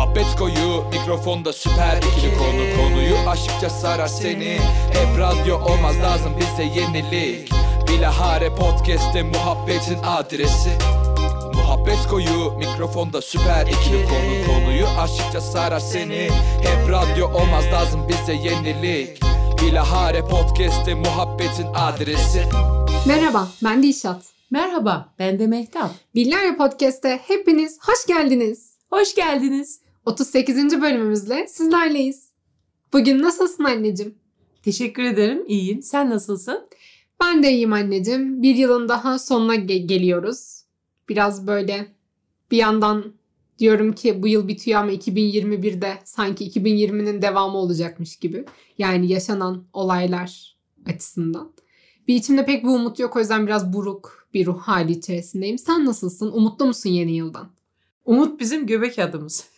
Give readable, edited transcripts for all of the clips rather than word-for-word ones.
Muhabbet koyu, mikrofonda süper ikili konuyu aşıkça sarar seni. Hep radyo olmaz, lazım bize yenilik. Bilahare Podcast'te muhabbetin adresi. Muhabbet koyu, mikrofonda süper ikili konuyu aşıkça sarar seni. Hep radyo olmaz, lazım bize yenilik. Bilahare Podcast'te muhabbetin adresi. Merhaba, ben Dilşat. Merhaba, ben de Mehtap. Bilahare Podcast'te hepiniz hoş geldiniz. Hoş geldiniz. 38. bölümümüzle sizlerleyiz. Bugün nasılsın anneciğim? Teşekkür ederim, iyiyim. Sen nasılsın? Ben de iyiyim anneciğim. Bir yılın daha sonuna geliyoruz. Biraz böyle bir yandan diyorum ki bu yıl bitiyor ama 2021'de sanki 2020'nin devamı olacakmış gibi. Yani yaşanan olaylar açısından. Bir içimde pek bir umut yok, o yüzden biraz buruk bir ruh hali içerisindeyim. Sen nasılsın? Umutlu musun yeni yıldan? Umut bizim göbek adımız.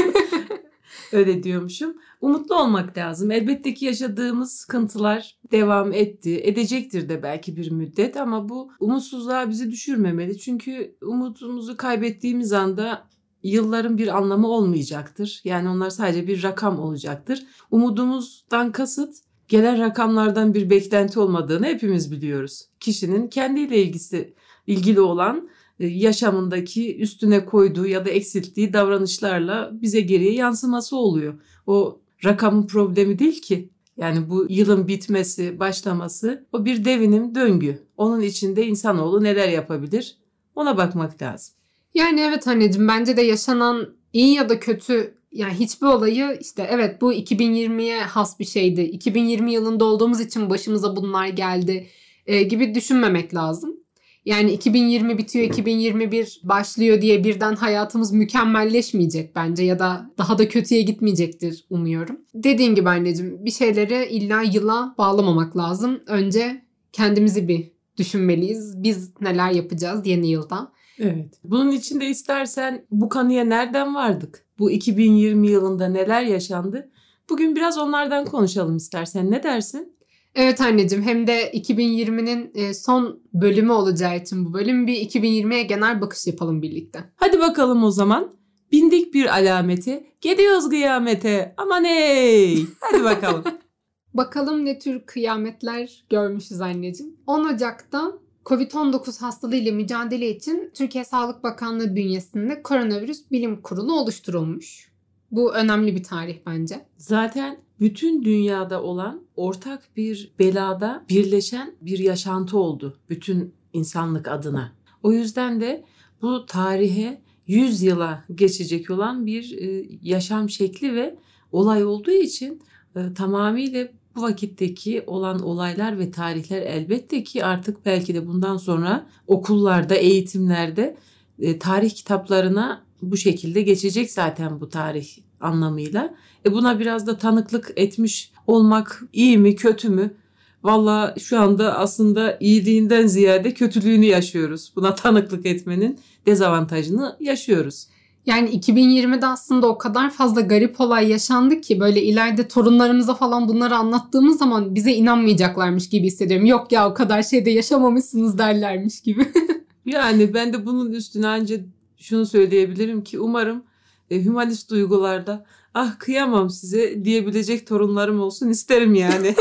Öyle diyormuşum. Umutlu olmak lazım. Elbette ki yaşadığımız sıkıntılar devam etti. Edecektir de belki bir müddet ama bu umutsuzluğa bizi düşürmemeli. Çünkü umutumuzu kaybettiğimiz anda yılların bir anlamı olmayacaktır. Yani onlar sadece bir rakam olacaktır. Umudumuzdan kasıt gelen rakamlardan bir beklenti olmadığını hepimiz biliyoruz. Kişinin kendiyle ilgili olan yaşamındaki üstüne koyduğu ya da eksilttiği davranışlarla bize geriye yansıması oluyor. O rakamın problemi değil ki. Yani bu yılın bitmesi, başlaması o bir devinim, döngü. Onun içinde insanoğlu neler yapabilir? Ona bakmak lazım. Yani evet anneciğim, bence de yaşanan iyi ya da kötü, yani hiçbir olayı işte evet bu 2020'ye has bir şeydi. 2020 yılında olduğumuz için başımıza bunlar geldi gibi düşünmemek lazım. Yani 2020 bitiyor, 2021 başlıyor diye birden hayatımız mükemmelleşmeyecek bence ya da daha da kötüye gitmeyecektir umuyorum. Dediğin gibi anneciğim, bir şeyleri illa yıla bağlamamak lazım. Önce kendimizi bir düşünmeliyiz. Biz neler yapacağız yeni yılda? Evet. Bunun için de istersen bu kanıya nereden vardık? Bu 2020 yılında neler yaşandı? Bugün biraz onlardan konuşalım istersen. Ne dersin? Evet anneciğim, hem de 2020'nin son bölümü olacağı için bu bölüm bir 2020'ye genel bakış yapalım birlikte. Hadi bakalım o zaman. Bindik bir alamete, gidiyoruz kıyamete. Aman ey! Hadi bakalım. Bakalım ne tür kıyametler görmüşüz anneciğim. 10 Ocak'ta Covid-19 hastalığıyla mücadele için Türkiye Sağlık Bakanlığı bünyesinde Koronavirüs Bilim Kurulu oluşturulmuş. Bu önemli bir tarih bence. Zaten bütün dünyada olan ortak bir belada birleşen bir yaşantı oldu bütün insanlık adına. O yüzden de bu tarihe 100 yıla geçecek olan bir yaşam şekli ve olay olduğu için tamamıyla bu vakitteki olan olaylar ve tarihler elbette ki artık belki de bundan sonra okullarda, eğitimlerde tarih kitaplarına bu şekilde geçecek zaten bu tarih anlamıyla. Buna biraz da tanıklık etmiş olmak iyi mi kötü mü? Valla şu anda aslında iyiliğinden ziyade kötülüğünü yaşıyoruz. Buna tanıklık etmenin dezavantajını yaşıyoruz. Yani 2020'de aslında o kadar fazla garip olay yaşandı ki böyle ileride torunlarımıza falan bunları anlattığımız zaman bize inanmayacaklarmış gibi hissediyorum. Yok ya, o kadar şeyde yaşamamışsınız derlermiş gibi. Yani ben de bunun üstüne ancak şunu söyleyebilirim ki umarım hümanist duygularda kıyamam size diyebilecek torunlarım olsun isterim yani.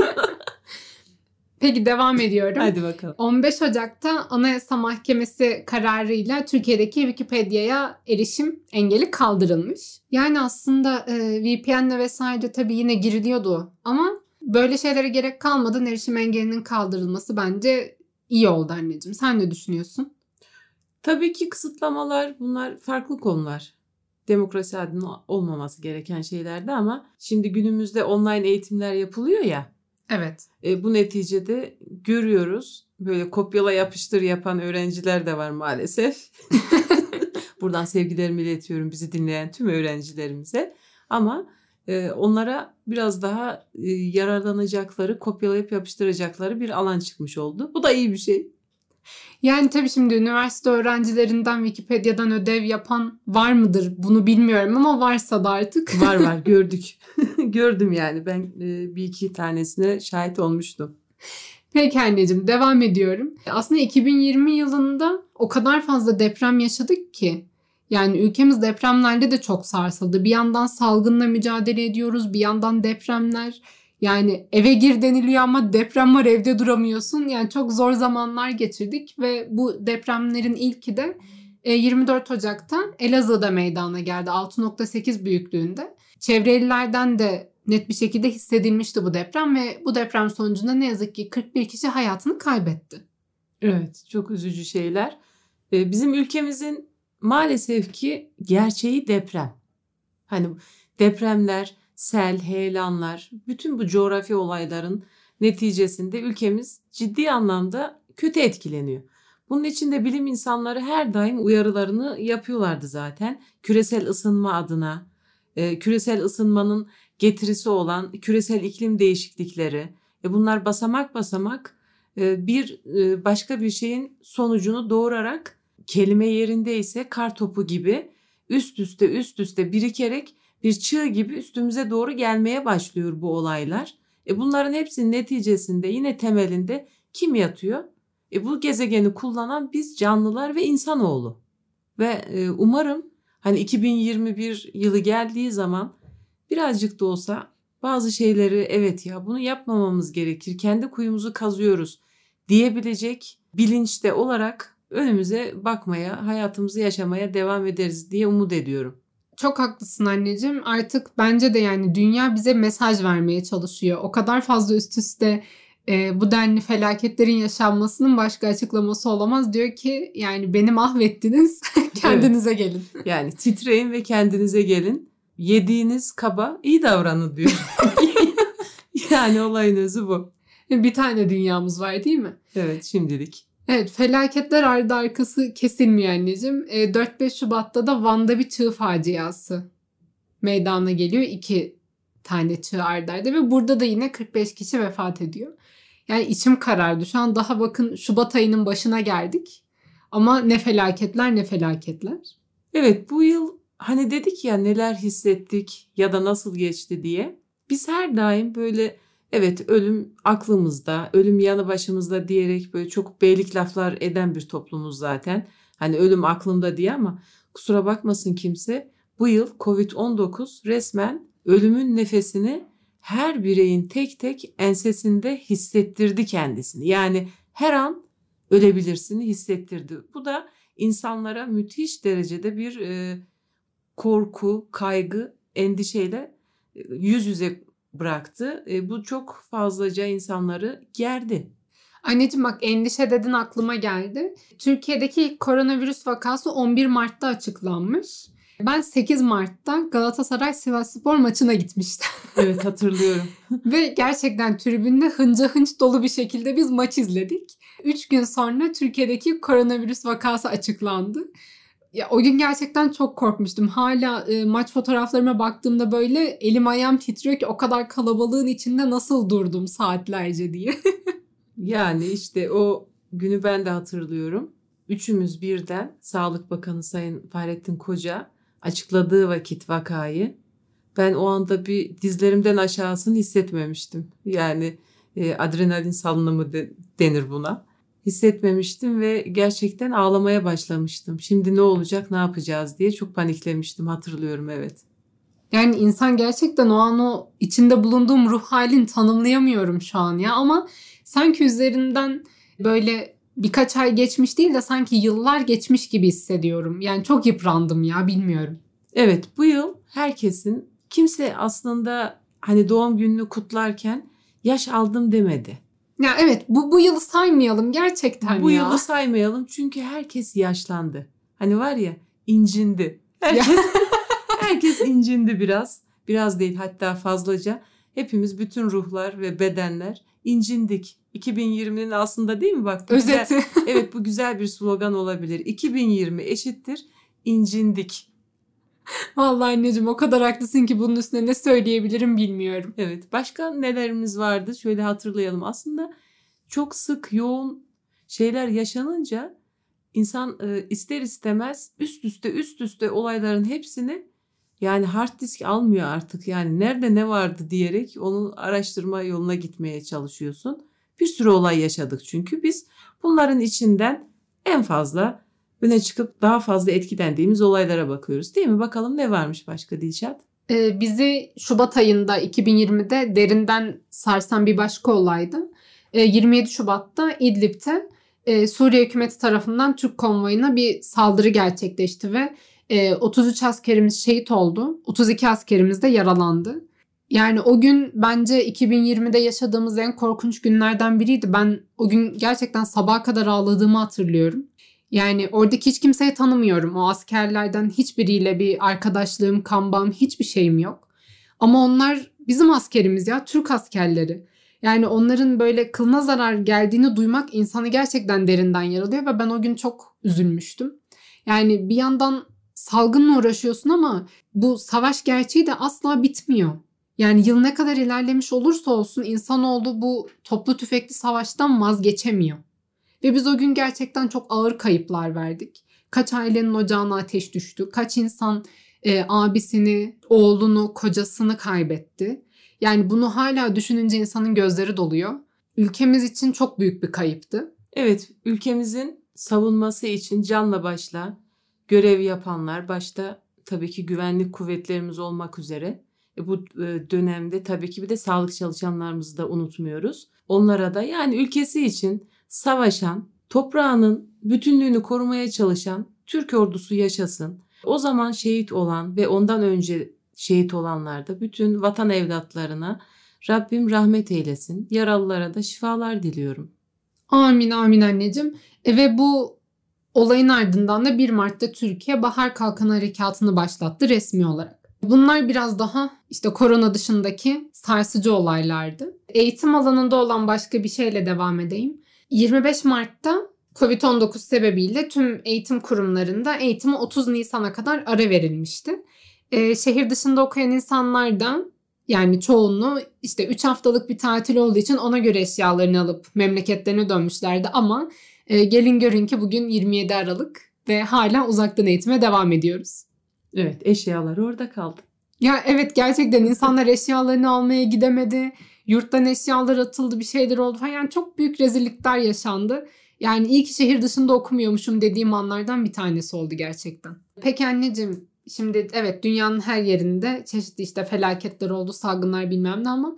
Peki devam ediyorum. Hadi bakalım. 15 Ocak'ta Anayasa Mahkemesi kararıyla Türkiye'deki Wikipedia'ya erişim engeli kaldırılmış. Yani aslında VPN'le vesaire tabii yine giriliyordu ama böyle şeylere gerek kalmadan erişim engelinin kaldırılması bence iyi oldu anneciğim. Sen ne düşünüyorsun? Tabii ki kısıtlamalar, bunlar farklı konular. Demokrasi adına olmaması gereken şeylerdi ama şimdi günümüzde online eğitimler yapılıyor ya. Evet. Bu neticede görüyoruz. Böyle kopyala yapıştır yapan öğrenciler de var maalesef. Buradan sevgilerimi iletiyorum bizi dinleyen tüm öğrencilerimize. Ama onlara biraz daha yararlanacakları, kopyalayıp yapıştıracakları bir alan çıkmış oldu. Bu da iyi bir şey. Yani tabii şimdi üniversite öğrencilerinden Wikipedia'dan ödev yapan var mıdır bunu bilmiyorum ama varsa da artık. Var gördük. Gördüm yani ben bir iki tanesine şahit olmuştum. Peki anneciğim, devam ediyorum. Aslında 2020 yılında o kadar fazla deprem yaşadık ki Yani ülkemiz depremlerde de çok sarsıldı. Bir yandan salgınla mücadele ediyoruz, bir yandan depremler. Yani eve gir deniliyor ama deprem var, evde duramıyorsun. Yani çok zor zamanlar geçirdik ve bu depremlerin ilki de 24 Ocak'ta Elazığ'da meydana geldi. 6.8 büyüklüğünde. Çevre illerden de net bir şekilde hissedilmişti bu deprem ve bu deprem sonucunda ne yazık ki 41 kişi hayatını kaybetti. Evet, çok üzücü şeyler. Bizim ülkemizin maalesef ki gerçeği deprem. Hani depremler, sel, heyelanlar, bütün bu coğrafi olayların neticesinde ülkemiz ciddi anlamda kötü etkileniyor. Bunun için de bilim insanları her daim uyarılarını yapıyorlardı zaten. Küresel ısınma adına, küresel ısınmanın getirisi olan küresel iklim değişiklikleri, bunlar basamak basamak bir başka bir şeyin sonucunu doğurarak, kelime yerindeyse kar topu gibi üst üste birikerek bir çığ gibi üstümüze doğru gelmeye başlıyor bu olaylar. Bunların hepsinin neticesinde yine temelinde kim yatıyor? Bu gezegeni kullanan biz canlılar ve insanoğlu. Ve umarım hani 2021 yılı geldiği zaman birazcık da olsa bazı şeyleri evet ya bunu yapmamamız gerekir, kendi kuyumuzu kazıyoruz diyebilecek bilinçte olarak önümüze bakmaya, hayatımızı yaşamaya devam ederiz diye umut ediyorum. Çok haklısın anneciğim. Artık bence de yani dünya bize mesaj vermeye çalışıyor. O kadar fazla üst üste bu denli felaketlerin yaşanmasının başka açıklaması olamaz. Diyor ki yani beni mahvettiniz, kendinize gelin. Yani titreyin ve kendinize gelin. Yediğiniz kaba iyi davranın diyor. Yani olayın özü bu. Bir tane dünyamız var değil mi? Evet, şimdilik. Evet, felaketler ardı arkası kesilmiyor anneciğim. 4-5 Şubat'ta da Van'da bir çığ faciası meydana geliyor. 2 tane çığ ardı arda ve burada da yine 45 kişi vefat ediyor. Yani içim karardı. Şu an daha bakın Şubat ayının başına geldik. Ama ne felaketler ne felaketler. Evet, bu yıl hani dedik ya neler hissettik ya da nasıl geçti diye. Biz her daim böyle evet ölüm aklımızda, ölüm yanı başımızda diyerek böyle çok beylik laflar eden bir toplumuz zaten. Hani ölüm aklımda diye ama kusura bakmasın kimse. Bu yıl Covid-19 resmen ölümün nefesini her bireyin tek tek ensesinde hissettirdi kendisini. Yani her an ölebilirsin hissettirdi. Bu da insanlara müthiş derecede bir korku, kaygı, endişeyle yüz yüze bıraktı. Bu çok fazlaca insanları gerdi. Anneciğim bak endişe dedin aklıma geldi. Türkiye'deki ilk koronavirüs vakası 11 Mart'ta açıklanmış. Ben 8 Mart'ta Galatasaray Sivasspor maçına gitmiştim. Evet hatırlıyorum. Ve gerçekten tribünde hınca hınç dolu bir şekilde biz maç izledik. 3 gün sonra Türkiye'deki koronavirüs vakası açıklandı. Ya, o gün gerçekten çok korkmuştum. Hala maç fotoğraflarıma baktığımda böyle elim ayağım titriyor ki o kadar kalabalığın içinde nasıl durdum saatlerce diye. Yani işte o günü ben de hatırlıyorum. Üçümüz birden Sağlık Bakanı Sayın Fahrettin Koca açıkladığı vakit vakayı ben o anda bir dizlerimden aşağısını hissetmemiştim. Yani adrenalin salınımı denir buna. Hissetmemiştim ve gerçekten ağlamaya başlamıştım. Şimdi ne olacak, ne yapacağız diye çok paniklemiştim hatırlıyorum evet. Yani insan gerçekten o an o içinde bulunduğum ruh halini tanımlayamıyorum şu an ya. Ama sanki üzerinden böyle birkaç ay geçmiş değil de sanki yıllar geçmiş gibi hissediyorum. Yani çok yıprandım ya bilmiyorum. Evet bu yıl herkesin kimse aslında hani doğum gününü kutlarken yaş aldım demedi. Ya evet bu yılı saymayalım gerçekten bu ya. Bu yılı saymayalım çünkü herkes yaşlandı. Hani var ya incindi. Herkes incindi biraz. Biraz değil hatta fazlaca. Hepimiz bütün ruhlar ve bedenler incindik. 2020'nin aslında değil mi bak? Özeti. Evet bu güzel bir slogan olabilir. 2020 eşittir incindik. Vallahi anneciğim o kadar haklısın ki bunun üstüne ne söyleyebilirim bilmiyorum. Evet başka nelerimiz vardı şöyle hatırlayalım. Aslında çok sık yoğun şeyler yaşanınca insan ister istemez üst üste olayların hepsini yani hard disk almıyor artık. Yani nerede ne vardı diyerek onu araştırma yoluna gitmeye çalışıyorsun. Bir sürü olay yaşadık çünkü biz bunların içinden en fazla öne çıkıp daha fazla etkilendiğimiz olaylara bakıyoruz değil mi? Bakalım ne varmış başka Dilşat? Bizi Şubat ayında 2020'de derinden sarsan bir başka olaydı. 27 Şubat'ta İdlib'te Suriye hükümeti tarafından Türk konvoyuna bir saldırı gerçekleşti ve 33 askerimiz şehit oldu. 32 askerimiz de yaralandı. Yani o gün bence 2020'de yaşadığımız en korkunç günlerden biriydi. Ben o gün gerçekten sabaha kadar ağladığımı hatırlıyorum. Yani oradaki hiç kimseyi tanımıyorum. O askerlerden hiçbiriyle bir arkadaşlığım, kan bağım, hiçbir şeyim yok. Ama onlar bizim askerimiz ya, Türk askerleri. Yani onların böyle kılına zarar geldiğini duymak insanı gerçekten derinden yaralıyor ve ben o gün çok üzülmüştüm. Yani bir yandan salgınla uğraşıyorsun ama bu savaş gerçeği de asla bitmiyor. Yani yıl ne kadar ilerlemiş olursa olsun insanoğlu bu toplu tüfekli savaştan vazgeçemiyor. Ve biz o gün gerçekten çok ağır kayıplar verdik. Kaç ailenin ocağına ateş düştü. Kaç insan abisini, oğlunu, kocasını kaybetti. Yani bunu hala düşününce insanın gözleri doluyor. Ülkemiz için çok büyük bir kayıptı. Evet, ülkemizin savunması için canla başla görev yapanlar, başta tabii ki güvenlik kuvvetlerimiz olmak üzere bu dönemde tabii ki bir de sağlık çalışanlarımızı da unutmuyoruz. Onlara da yani ülkesi için savaşan, toprağının bütünlüğünü korumaya çalışan Türk ordusu yaşasın. O zaman şehit olan ve ondan önce şehit olanlar da bütün vatan evlatlarına Rabbim rahmet eylesin. Yaralılara da şifalar diliyorum. Amin amin anneciğim. Ve bu olayın ardından da 1 Mart'ta Türkiye Bahar Kalkanı Harekatı'nı başlattı resmi olarak. Bunlar biraz daha işte korona dışındaki sarsıcı olaylardı. Eğitim alanında olan başka bir şeyle devam edeyim. 25 Mart'ta Covid-19 sebebiyle tüm eğitim kurumlarında eğitime 30 Nisan'a kadar ara verilmişti. Şehir dışında okuyan insanlar da yani çoğunluğu işte 3 haftalık bir tatil olduğu için ona göre eşyalarını alıp memleketlerine dönmüşlerdi ama gelin görün ki bugün 27 Aralık ve hala uzaktan eğitime devam ediyoruz. Evet, eşyalar orada kaldı. Ya evet, gerçekten insanlar eşyalarını almaya gidemedi. Yurttan eşyalar atıldı, bir şeyler oldu falan. Yani çok büyük rezillikler yaşandı. Yani iyi ki şehir dışında okumuyormuşum dediğim anlardan bir tanesi oldu gerçekten. Peki anneciğim, şimdi evet dünyanın her yerinde çeşitli işte felaketler oldu, salgınlar bilmem ne ama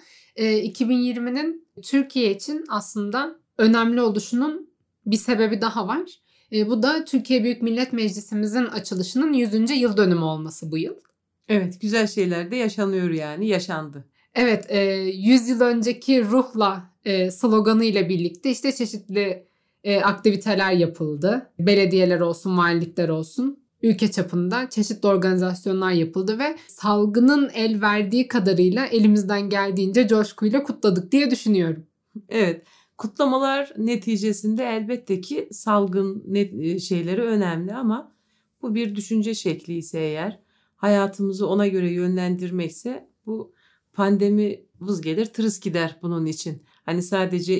2020'nin Türkiye için aslında önemli oluşunun bir sebebi daha var. Bu da Türkiye Büyük Millet Meclisimizin açılışının 100. yıl dönümü olması bu yıl. Evet, güzel şeyler de yaşanıyor yani, yaşandı. Evet, 100 yıl önceki ruhla sloganı ile birlikte işte çeşitli aktiviteler yapıldı. Belediyeler olsun, valilikler olsun, ülke çapında çeşitli organizasyonlar yapıldı ve salgının el verdiği kadarıyla elimizden geldiğince coşkuyla kutladık diye düşünüyorum. Evet, kutlamalar neticesinde elbette ki salgın şeyleri önemli ama bu bir düşünce şekli ise eğer, hayatımızı ona göre yönlendirmekse bu pandemi vız gelir tırıs gider bunun için. Hani sadece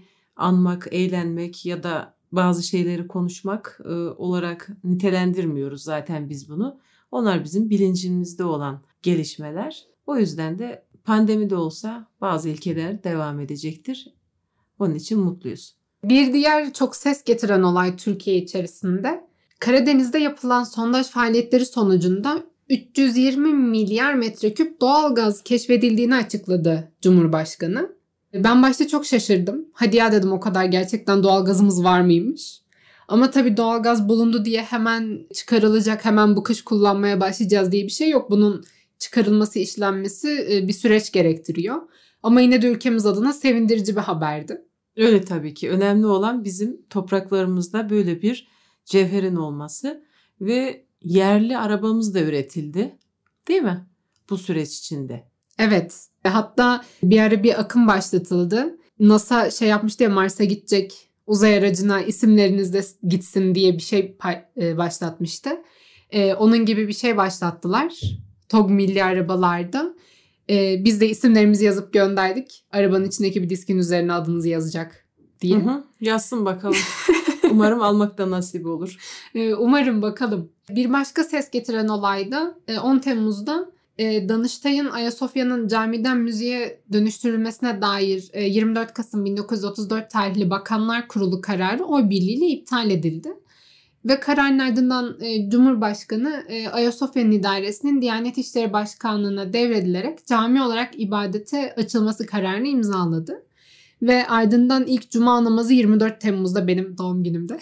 anmak, eğlenmek ya da bazı şeyleri konuşmak olarak nitelendirmiyoruz zaten biz bunu. Onlar bizim bilincimizde olan gelişmeler. O yüzden de pandemi de olsa bazı ilkeler devam edecektir. Onun için mutluyuz. Bir diğer çok ses getiren olay Türkiye içerisinde Karadeniz'de yapılan sondaj faaliyetleri sonucunda 320 milyar metreküp doğalgaz keşfedildiğini açıkladı Cumhurbaşkanı. Ben başta çok şaşırdım. Hadi ya dedim, o kadar gerçekten doğalgazımız var mıymış? Ama tabii doğalgaz bulundu diye hemen çıkarılacak, hemen bu kış kullanmaya başlayacağız diye bir şey yok. Bunun çıkarılması, işlenmesi bir süreç gerektiriyor. Ama yine de ülkemiz adına sevindirici bir haberdi. Öyle tabii ki. Önemli olan bizim topraklarımızda böyle bir cevherin olması ve yerli arabamız da üretildi. Değil mi? Bu süreç içinde. Evet. Hatta bir ara bir akım başlatıldı. NASA yapmıştı ya, Mars'a gidecek uzay aracına isimleriniz de gitsin diye bir şey başlatmıştı. Onun gibi bir şey başlattılar. TOG milli arabalarda. Biz de isimlerimizi yazıp gönderdik. Arabanın içindeki bir diskin üzerine adınızı yazacak diye. Yazsın bakalım. Umarım almak da nasip olur. Umarım, bakalım. Bir başka ses getiren olay da 10 Temmuz'da Danıştay'ın Ayasofya'nın camiden müzeye dönüştürülmesine dair 24 Kasım 1934 tarihli Bakanlar Kurulu kararı oy birliğiyle iptal edildi. Ve kararın ardından Cumhurbaşkanı Ayasofya'nın idaresinin Diyanet İşleri Başkanlığı'na devredilerek cami olarak ibadete açılması kararını imzaladı. Ve ardından ilk cuma namazı 24 Temmuz'da benim doğum günümde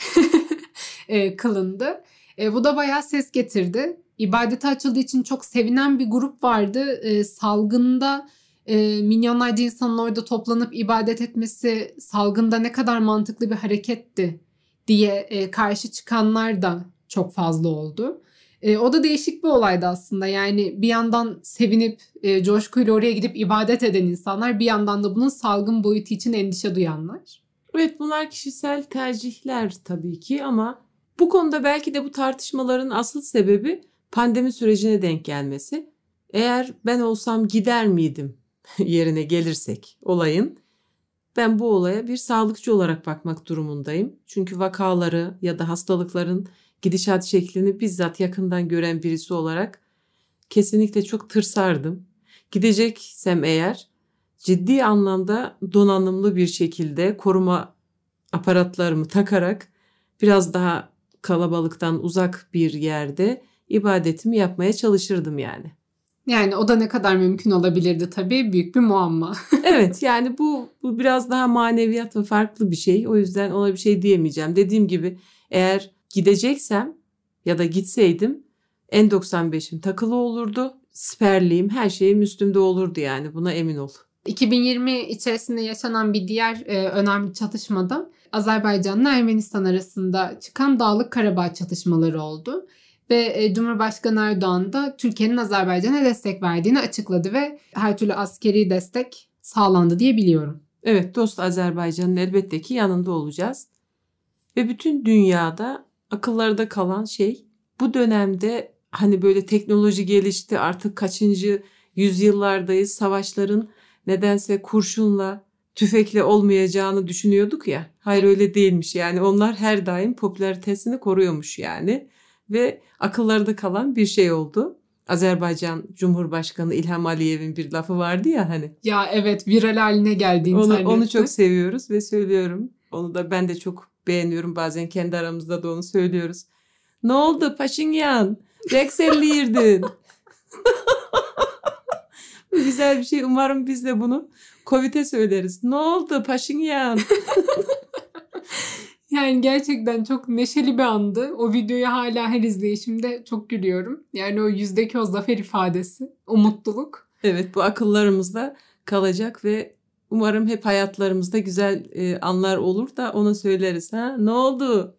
kılındı. Bu da bayağı ses getirdi. İbadete açıldığı için çok sevinen bir grup vardı. Salgında milyonlarca insanın orada toplanıp ibadet etmesi salgında ne kadar mantıklı bir hareketti diye karşı çıkanlar da çok fazla oldu. O da değişik bir olaydı aslında. Yani bir yandan sevinip coşkuyla oraya gidip ibadet eden insanlar, bir yandan da bunun salgın boyutu için endişe duyanlar. Evet, bunlar kişisel tercihler tabii ki ama bu konuda belki de bu tartışmaların asıl sebebi pandemi sürecine denk gelmesi. Eğer ben olsam gider miydim yerine gelirsek olayın, ben bu olaya bir sağlıkçı olarak bakmak durumundayım. Çünkü vakaları ya da hastalıkların gidişat şeklini bizzat yakından gören birisi olarak kesinlikle çok tırsardım. Gideceksem eğer ciddi anlamda donanımlı bir şekilde koruma aparatlarımı takarak biraz daha kalabalıktan uzak bir yerde ibadetimi yapmaya çalışırdım yani. Yani o da ne kadar mümkün olabilirdi tabii, büyük bir muamma. Evet, yani bu biraz daha maneviyat ve farklı bir şey. O yüzden ona bir şey diyemeyeceğim. Dediğim gibi eğer gideceksem ya da gitseydim N95'im takılı olurdu. Siperliğim, her şeyim üstümde olurdu yani, buna emin ol. 2020 içerisinde yaşanan bir diğer önemli çatışmada Azerbaycan'la Ermenistan arasında çıkan Dağlık Karabağ çatışmaları oldu. Ve Cumhurbaşkanı Erdoğan da Türkiye'nin Azerbaycan'a destek verdiğini açıkladı ve her türlü askeri destek sağlandı diye biliyorum. Evet, dost Azerbaycan'ın elbette ki yanında olacağız. Ve bütün dünyada akıllarda kalan şey, bu dönemde hani böyle teknoloji gelişti, artık kaçıncı yüzyıllardayız, savaşların nedense kurşunla, tüfekle olmayacağını düşünüyorduk ya. Hayır, öyle değilmiş yani, onlar her daim popülaritesini koruyormuş yani. Ve akıllarda kalan bir şey oldu. Azerbaycan Cumhurbaşkanı İlham Aliyev'in bir lafı vardı ya hani. Ya evet, viral haline geldi internette. Onu çok seviyoruz ve söylüyorum. Onu da ben de çok beğeniyorum. Bazen kendi aramızda da onu söylüyoruz. Ne oldu Paşinyan? Rekselliyirdin. Bu güzel bir şey. Umarım biz de bunu Covid'e söyleriz. Ne oldu Paşinyan? Yani gerçekten çok neşeli bir andı. O videoyu hala her izleyişimde çok gülüyorum. Yani o yüzdeki o zafer ifadesi, o mutluluk. Evet, bu akıllarımızda kalacak ve umarım hep hayatlarımızda güzel anlar olur da onu söyleriz. Ha? Ne oldu?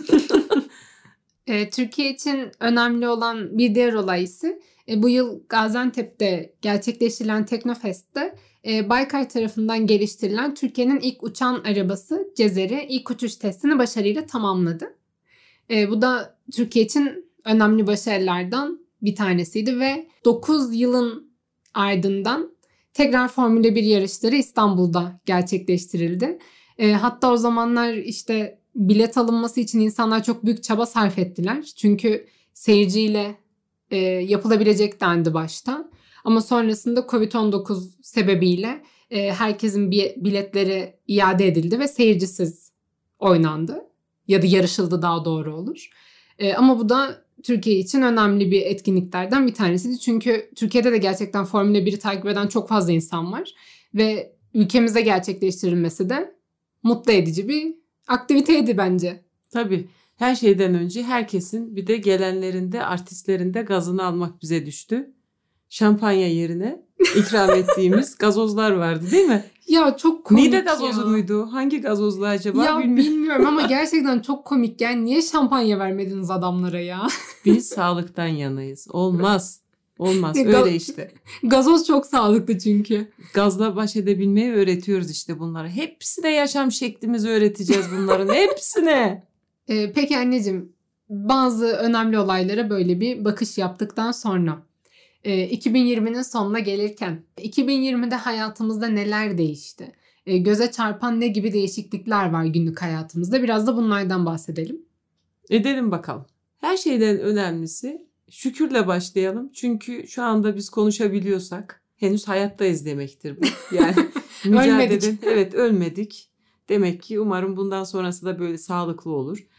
Türkiye için önemli olan bir diğer olay ise bu yıl Gaziantep'te gerçekleştirilen Teknofest'te Baykar tarafından geliştirilen Türkiye'nin ilk uçan arabası Cezeri ilk uçuş testini başarıyla tamamladı. Bu da Türkiye için önemli başarılardan bir tanesiydi ve 9 yılın ardından tekrar Formula 1 yarışları İstanbul'da gerçekleştirildi. Hatta o zamanlar işte bilet alınması için insanlar çok büyük çaba sarf ettiler. Çünkü seyirciyle yapılabilecek dendi başta. Ama sonrasında Covid-19 sebebiyle herkesin biletleri iade edildi ve seyircisiz oynandı. Ya da yarışıldı, daha doğru olur. Ama bu da Türkiye için önemli bir etkinliklerden bir tanesiydi. Çünkü Türkiye'de de gerçekten Formula 1'i takip eden çok fazla insan var. Ve ülkemizde gerçekleştirilmesi de mutlu edici bir aktiviteydi bence. Tabii. Her şeyden önce herkesin, bir de gelenlerin de artistlerin de gazını almak bize düştü. Şampanya yerine ikram ettiğimiz gazozlar vardı değil mi? Ya çok komik Niğde gazozu muydu? Hangi gazozlu acaba? Ya bilmiyorum ama gerçekten çok komik. Yani niye şampanya vermediniz adamlara ya? Biz sağlıktan yanayız. Olmaz. Olmaz. Öyle işte. Gazoz çok sağlıklı çünkü. Gazla baş edebilmeyi öğretiyoruz işte bunlara. Hepsine yaşam şeklimizi öğreteceğiz bunların. Hepsine. Peki anneciğim, bazı önemli olaylara böyle bir bakış yaptıktan sonra 2020'nin sonuna gelirken 2020'de hayatımızda neler değişti? Göze çarpan ne gibi değişiklikler var günlük hayatımızda? Biraz da bunlardan bahsedelim. Edelim bakalım. Her şeyden önemlisi şükürle başlayalım. Çünkü şu anda biz konuşabiliyorsak henüz hayattayız demektir bu. Yani mücadele. Ölmedik. Evet, ölmedik. Demek ki umarım bundan sonrası da böyle sağlıklı olur.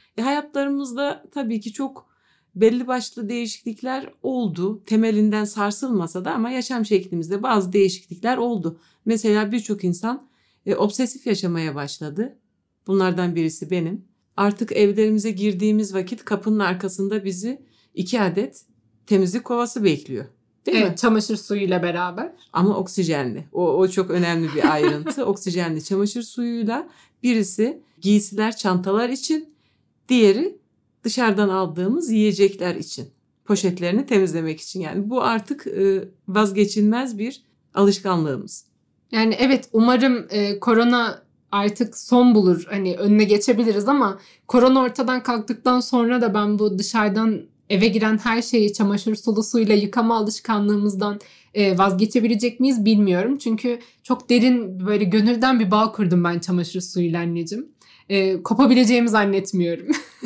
Hayatlarımızda tabii ki çok belli başlı değişiklikler oldu. Temelinden sarsılmasa da ama yaşam şeklimizde bazı değişiklikler oldu. Mesela birçok insan obsesif yaşamaya başladı. Bunlardan birisi benim. Artık evlerimize girdiğimiz vakit kapının arkasında bizi 2 adet temizlik kovası bekliyor. Değil mi? Çamaşır suyuyla beraber. Ama oksijenli. O çok önemli bir ayrıntı. Oksijenli çamaşır suyuyla, birisi giysiler, çantalar için, diğeri dışarıdan aldığımız yiyecekler için. Poşetlerini temizlemek için. Yani bu artık vazgeçilmez bir alışkanlığımız. Yani evet, umarım korona artık son bulur. Hani önüne geçebiliriz ama korona ortadan kalktıktan sonra da ben bu dışarıdan eve giren her şeyi çamaşır sulu suyla yıkama alışkanlığımızdan vazgeçebilecek miyiz bilmiyorum. Çünkü çok derin, böyle gönülden bir bağ kurdum ben çamaşır suyuyla anneciğim. Kopabileceğimi zannetmiyorum.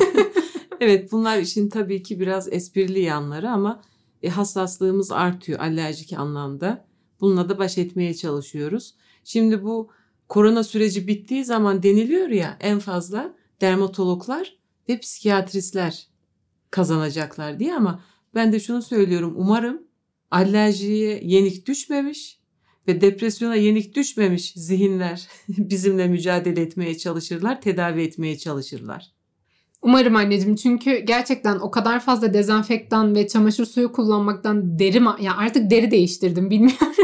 Evet, bunlar için tabii ki biraz esprili yanları ama hassaslığımız artıyor alerjik anlamda. Bununla da baş etmeye çalışıyoruz. Şimdi bu korona süreci bittiği zaman deniliyor ya, en fazla dermatologlar ve psikiyatristler kazanacaklar diye, ama ben de şunu söylüyorum, umarım alerjiye yenik düşmemiş ve depresyona yenik düşmemiş zihinler bizimle mücadele etmeye çalışırlar, tedavi etmeye çalışırlar. Umarım anneciğim, çünkü gerçekten o kadar fazla dezenfektan ve çamaşır suyu kullanmaktan ya artık deri değiştirdim, bilmiyorum.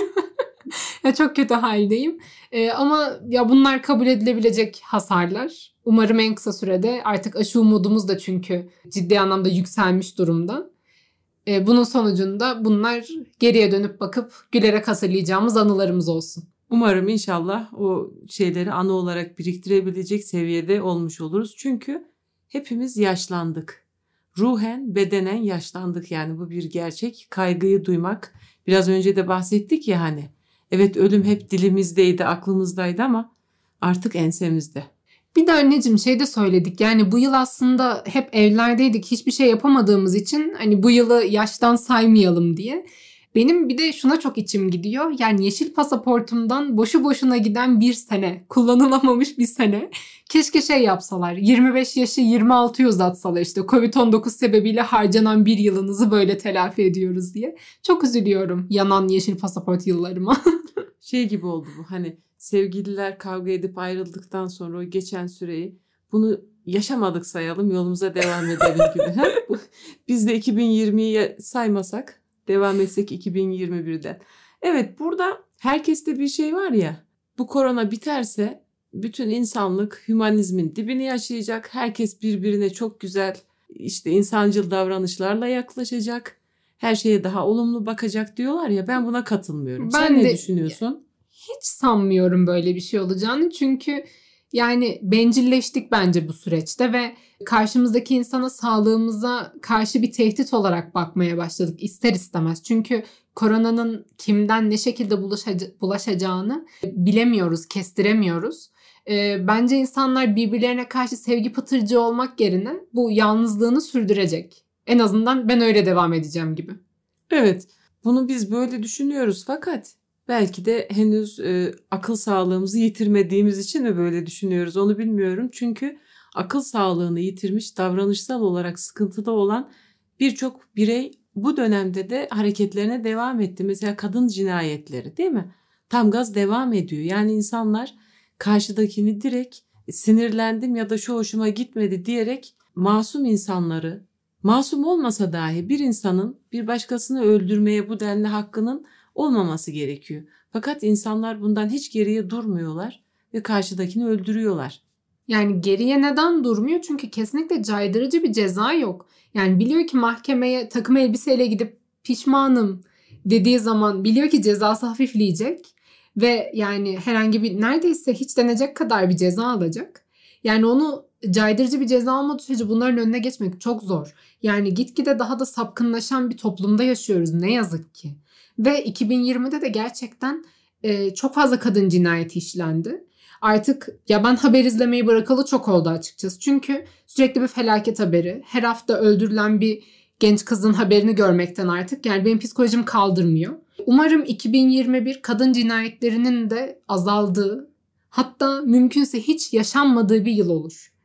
Ya çok kötü haldeyim. Ama ya bunlar kabul edilebilecek hasarlar. Umarım en kısa sürede, artık aşı umudumuz da çünkü ciddi anlamda yükselmiş durumda. Bunun sonucunda bunlar geriye dönüp bakıp gülerek hatırlayacağımız anılarımız olsun. Umarım inşallah o şeyleri anı olarak biriktirebilecek seviyede olmuş oluruz. Çünkü hepimiz yaşlandık. Ruhen, bedenen yaşlandık. Yani bu bir gerçek. Kaygıyı duymak. Biraz önce de bahsettik ya hani. Evet, ölüm hep dilimizdeydi, aklımızdaydı ama artık ensemizde. Bir de anneciğim şey de söyledik. Yani bu yıl aslında hep evlerdeydik. Hiçbir şey yapamadığımız için hani bu yılı yaştan saymayalım diye. Benim bir de şuna çok içim gidiyor. Yani yeşil pasaportumdan boşu boşuna giden bir sene, kullanılamamış bir sene. Keşke şey yapsalar, 25 yaşı 26'ya uzatsalar, işte Covid-19 sebebiyle harcanan bir yılınızı böyle telafi ediyoruz diye. Çok üzülüyorum yanan yeşil pasaport yıllarıma. Şey gibi oldu bu, hani sevgililer kavga edip ayrıldıktan sonra o geçen süreyi, bunu yaşamadık sayalım, yolumuza devam edelim gibi. Biz de 2020'yi saymasak, devam etsek 2021'den. Evet, burada herkeste bir şey var ya, bu korona biterse bütün insanlık hümanizmin dibini yaşayacak. Herkes birbirine çok güzel, işte insancıl davranışlarla yaklaşacak. Her şeye daha olumlu bakacak diyorlar ya, ben buna katılmıyorum. Sen ne düşünüyorsun? Hiç sanmıyorum böyle bir şey olacağını. Çünkü yani bencilleştik bence bu süreçte ve karşımızdaki insana, sağlığımıza karşı bir tehdit olarak bakmaya başladık ister istemez. Çünkü koronanın kimden ne şekilde bulaşacağını bilemiyoruz, kestiremiyoruz. Bence insanlar birbirlerine karşı sevgi pıtırcığı olmak yerine bu yalnızlığını sürdürecek. En azından ben öyle devam edeceğim gibi. Evet, bunu biz böyle düşünüyoruz fakat belki de henüz akıl sağlığımızı yitirmediğimiz için mi böyle düşünüyoruz onu bilmiyorum. Çünkü akıl sağlığını yitirmiş, davranışsal olarak sıkıntıda olan birçok birey bu dönemde de hareketlerine devam etti. Mesela kadın cinayetleri, değil mi? Tam gaz devam ediyor. Yani insanlar karşıdakini direkt sinirlendim ya da şu hoşuma gitmedi diyerek masum insanları, masum olmasa dahi bir insanın bir başkasını öldürmeye bu denli hakkının olmaması gerekiyor. Fakat insanlar bundan hiç geriye durmuyorlar ve karşıdakini öldürüyorlar. Yani geriye neden durmuyor? Çünkü kesinlikle caydırıcı bir ceza yok. Yani biliyor ki mahkemeye takım elbiseyle gidip pişmanım dediği zaman biliyor ki cezası hafifleyecek ve yani herhangi bir, neredeyse hiç denecek kadar bir ceza alacak. Yani onu caydırıcı bir ceza olmadığı sürece bunların önüne geçmek çok zor. Yani gitgide daha da sapkınlaşan bir toplumda yaşıyoruz ne yazık ki. Ve 2020'de de gerçekten çok fazla kadın cinayeti işlendi. Artık ya ben haber izlemeyi bırakalı çok oldu açıkçası. Çünkü sürekli bir felaket haberi, her hafta öldürülen bir genç kızın haberini görmekten artık yani benim psikolojim kaldırmıyor. Umarım 2021 kadın cinayetlerinin de azaldığı, hatta mümkünse hiç yaşanmadığı bir yıl olur.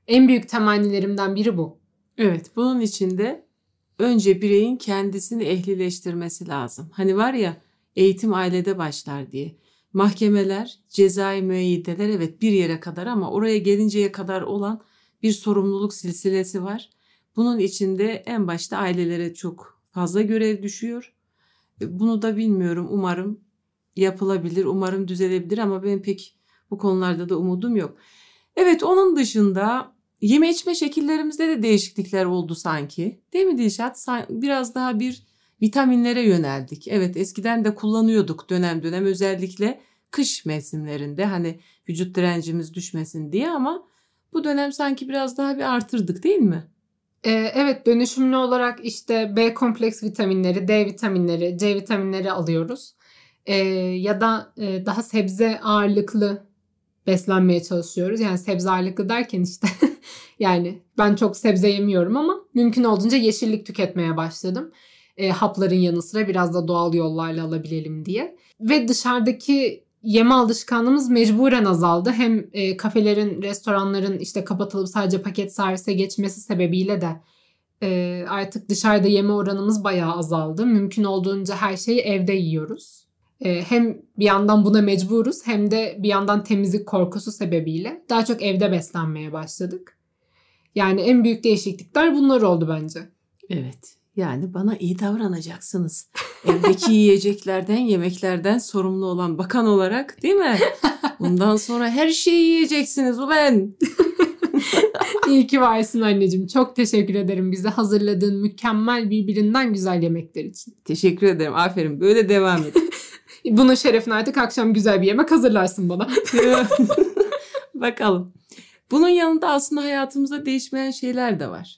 en büyük temennilerimden biri bu. Evet, bunun için de önce bireyin kendisini ehlileştirmesi lazım. Hani var ya, eğitim ailede başlar diye. Mahkemeler, cezai müeyyideler evet bir yere kadar ama oraya gelinceye kadar olan bir sorumluluk silsilesi var. Bunun içinde en başta ailelere çok fazla görev düşüyor. Bunu da bilmiyorum. Umarım yapılabilir, umarım düzelebilir ama ben pek bu konularda da umudum yok. Evet, onun dışında yeme içme şekillerimizde de değişiklikler oldu sanki. Değil mi Dilşat? Biraz daha bir vitaminlere yöneldik. Evet, eskiden de kullanıyorduk dönem dönem, özellikle kış mevsimlerinde hani vücut direncimiz düşmesin diye, ama bu dönem sanki biraz daha bir artırdık değil mi? Evet, dönüşümlü olarak işte B kompleks vitaminleri, D vitaminleri, C vitaminleri alıyoruz. Ya da daha sebze ağırlıklı beslenmeye çalışıyoruz. Yani sebze ağırlıklı derken işte yani ben çok sebze yemiyorum ama mümkün olduğunca yeşillik tüketmeye başladım. Hapların yanı sıra biraz da doğal yollarla alabilelim diye. Ve dışarıdaki yeme alışkanlığımız mecburen azaldı. Hem kafelerin, restoranların işte kapatılıp sadece paket servise geçmesi sebebiyle de artık dışarıda yeme oranımız bayağı azaldı. Mümkün olduğunca her şeyi evde yiyoruz. Hem bir yandan buna mecburuz hem de bir yandan temizlik korkusu sebebiyle daha çok evde beslenmeye başladık. Yani en büyük değişiklikler bunlar oldu bence. Evet, yani bana iyi davranacaksınız. Evdeki yiyeceklerden, yemeklerden sorumlu olan bakan olarak, değil mi? Bundan sonra her şeyi yiyeceksiniz ulan. İyi ki varsın anneciğim. Çok teşekkür ederim bize hazırladığın mükemmel birbirinden güzel yemekler için. Teşekkür ederim. Aferin. Böyle devam et. Bunun şerefine artık akşam güzel bir yemek hazırlarsın bana. Bakalım. Bunun yanında aslında hayatımızda değişmeyen şeyler de var.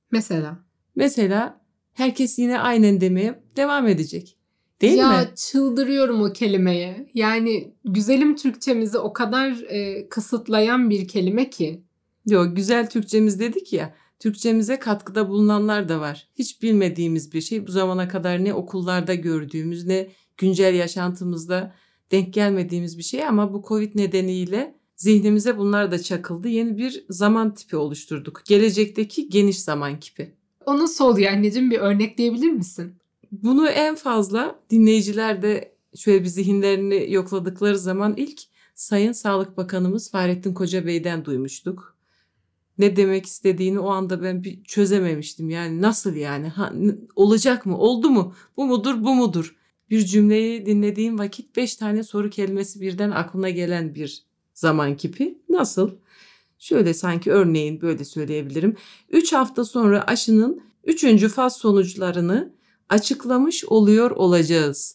Mesela herkes yine aynen demeye devam edecek. Değil mi? Ya çıldırıyorum o kelimeye. Yani güzelim Türkçemizi o kadar kısıtlayan bir kelime ki. Yok, güzel Türkçemiz dedik ya. Türkçemize katkıda bulunanlar da var. Hiç bilmediğimiz bir şey. Bu zamana kadar ne okullarda gördüğümüz ne güncel yaşantımızda denk gelmediğimiz bir şey, ama bu Covid nedeniyle zihnimize bunlar da çakıldı. Yeni bir zaman tipi oluşturduk. Gelecekteki geniş zaman kipi. O nasıl oluyor anneciğim? Bir örnekleyebilir misin? Bunu en fazla dinleyiciler de şöyle bir zihinlerini yokladıkları zaman ilk Sayın Sağlık Bakanımız Fahrettin Koca Bey'den duymuştuk. Ne demek istediğini o anda ben bir çözememiştim. Yani nasıl yani? Olacak mı? Oldu mu? Bu mudur? Bu mudur? Bir cümleyi dinlediğim vakit 5 tane soru kelimesi birden aklına gelen bir zaman kipi. Nasıl? Şöyle sanki örneğin böyle söyleyebilirim. 3 hafta sonra aşının 3. faz sonuçlarını açıklamış oluyor olacağız.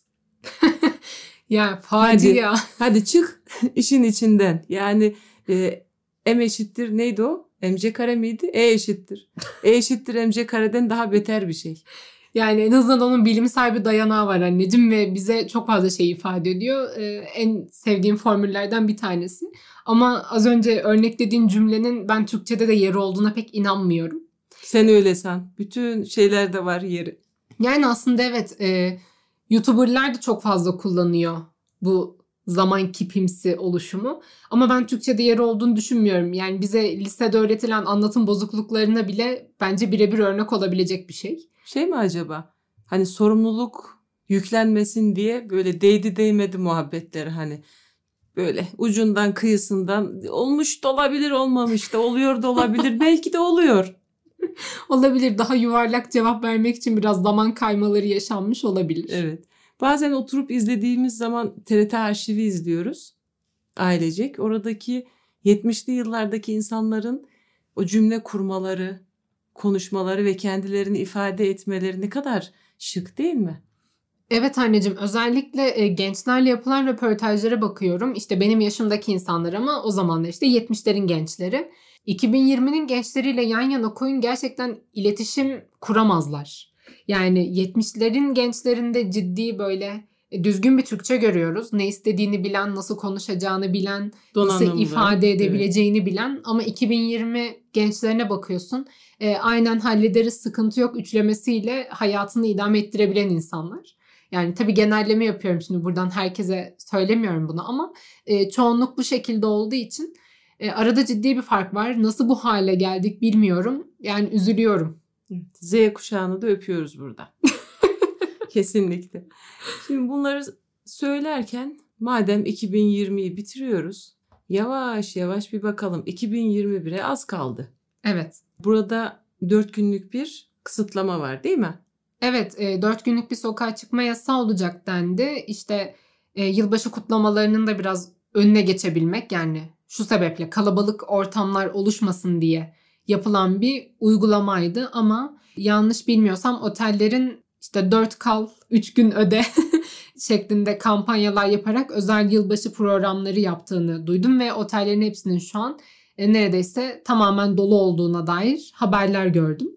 Ya facia. Hadi çık işin içinden. Yani M eşittir neydi o? MC kare miydi? E eşittir. E eşittir MC kareden daha beter bir şey. Yani en azından onun bilimsel bir dayanağı var anneciğim ve bize çok fazla şey ifade ediyor. En sevdiğim formüllerden bir tanesi. Ama az önce örneklediğin cümlenin ben Türkçe'de de yeri olduğuna pek inanmıyorum. Sen öyle san. Bütün şeylerde var yeri. Yani aslında evet, YouTuber'lar da çok fazla kullanıyor bu zaman kipimsi oluşumu. Ama ben Türkçe'de yeri olduğunu düşünmüyorum. Yani bize lisede öğretilen anlatım bozukluklarına bile bence birebir örnek olabilecek bir şey. Şey mi acaba? Hani sorumluluk yüklenmesin diye böyle değdi değmedi muhabbetleri, hani böyle ucundan kıyısından olmuş da olabilir, olmamış da oluyor da olabilir, belki de oluyor. Olabilir, daha yuvarlak cevap vermek için biraz zaman kaymaları yaşanmış olabilir. Evet. Bazen oturup izlediğimiz zaman TRT arşivi izliyoruz ailecek. Oradaki 70'li yıllardaki insanların o cümle kurmaları, konuşmaları ve kendilerini ifade etmeleri ne kadar şık değil mi? Evet anneciğim, özellikle gençlerle yapılan röportajlara bakıyorum. İşte benim yaşımdaki insanlar ama o zamanlar işte 70'lerin gençleri. 2020'nin gençleriyle yan yana koyun, gerçekten iletişim kuramazlar. Yani 70'lerin gençlerinde ciddi böyle düzgün bir Türkçe görüyoruz. Ne istediğini bilen, nasıl konuşacağını bilen, nasıl ifade edebileceğini bilen. Ama 2020 gençlerine bakıyorsun. Aynen hallederiz, sıkıntı yok üçlemesiyle hayatını idame ettirebilen insanlar. Yani tabii genelleme yapıyorum şimdi, buradan herkese söylemiyorum bunu ama çoğunluk bu şekilde olduğu için Arada ciddi bir fark var. Nasıl bu hale geldik bilmiyorum. Yani üzülüyorum. Z kuşağını da öpüyoruz burada. Kesinlikle. Şimdi bunları söylerken madem 2020'yi bitiriyoruz, yavaş yavaş bir bakalım 2021'e az kaldı. Evet. Burada 4 günlük bir kısıtlama var değil mi? Evet, 4 günlük bir sokağa çıkma yasağı olacak dendi. İşte yılbaşı kutlamalarının da biraz önüne geçebilmek, yani şu sebeple kalabalık ortamlar oluşmasın diye yapılan bir uygulamaydı. Ama yanlış bilmiyorsam otellerin işte 4 kal 3 gün öde şeklinde kampanyalar yaparak özel yılbaşı programları yaptığını duydum ve otellerin hepsinin şu an neredeyse tamamen dolu olduğuna dair haberler gördüm.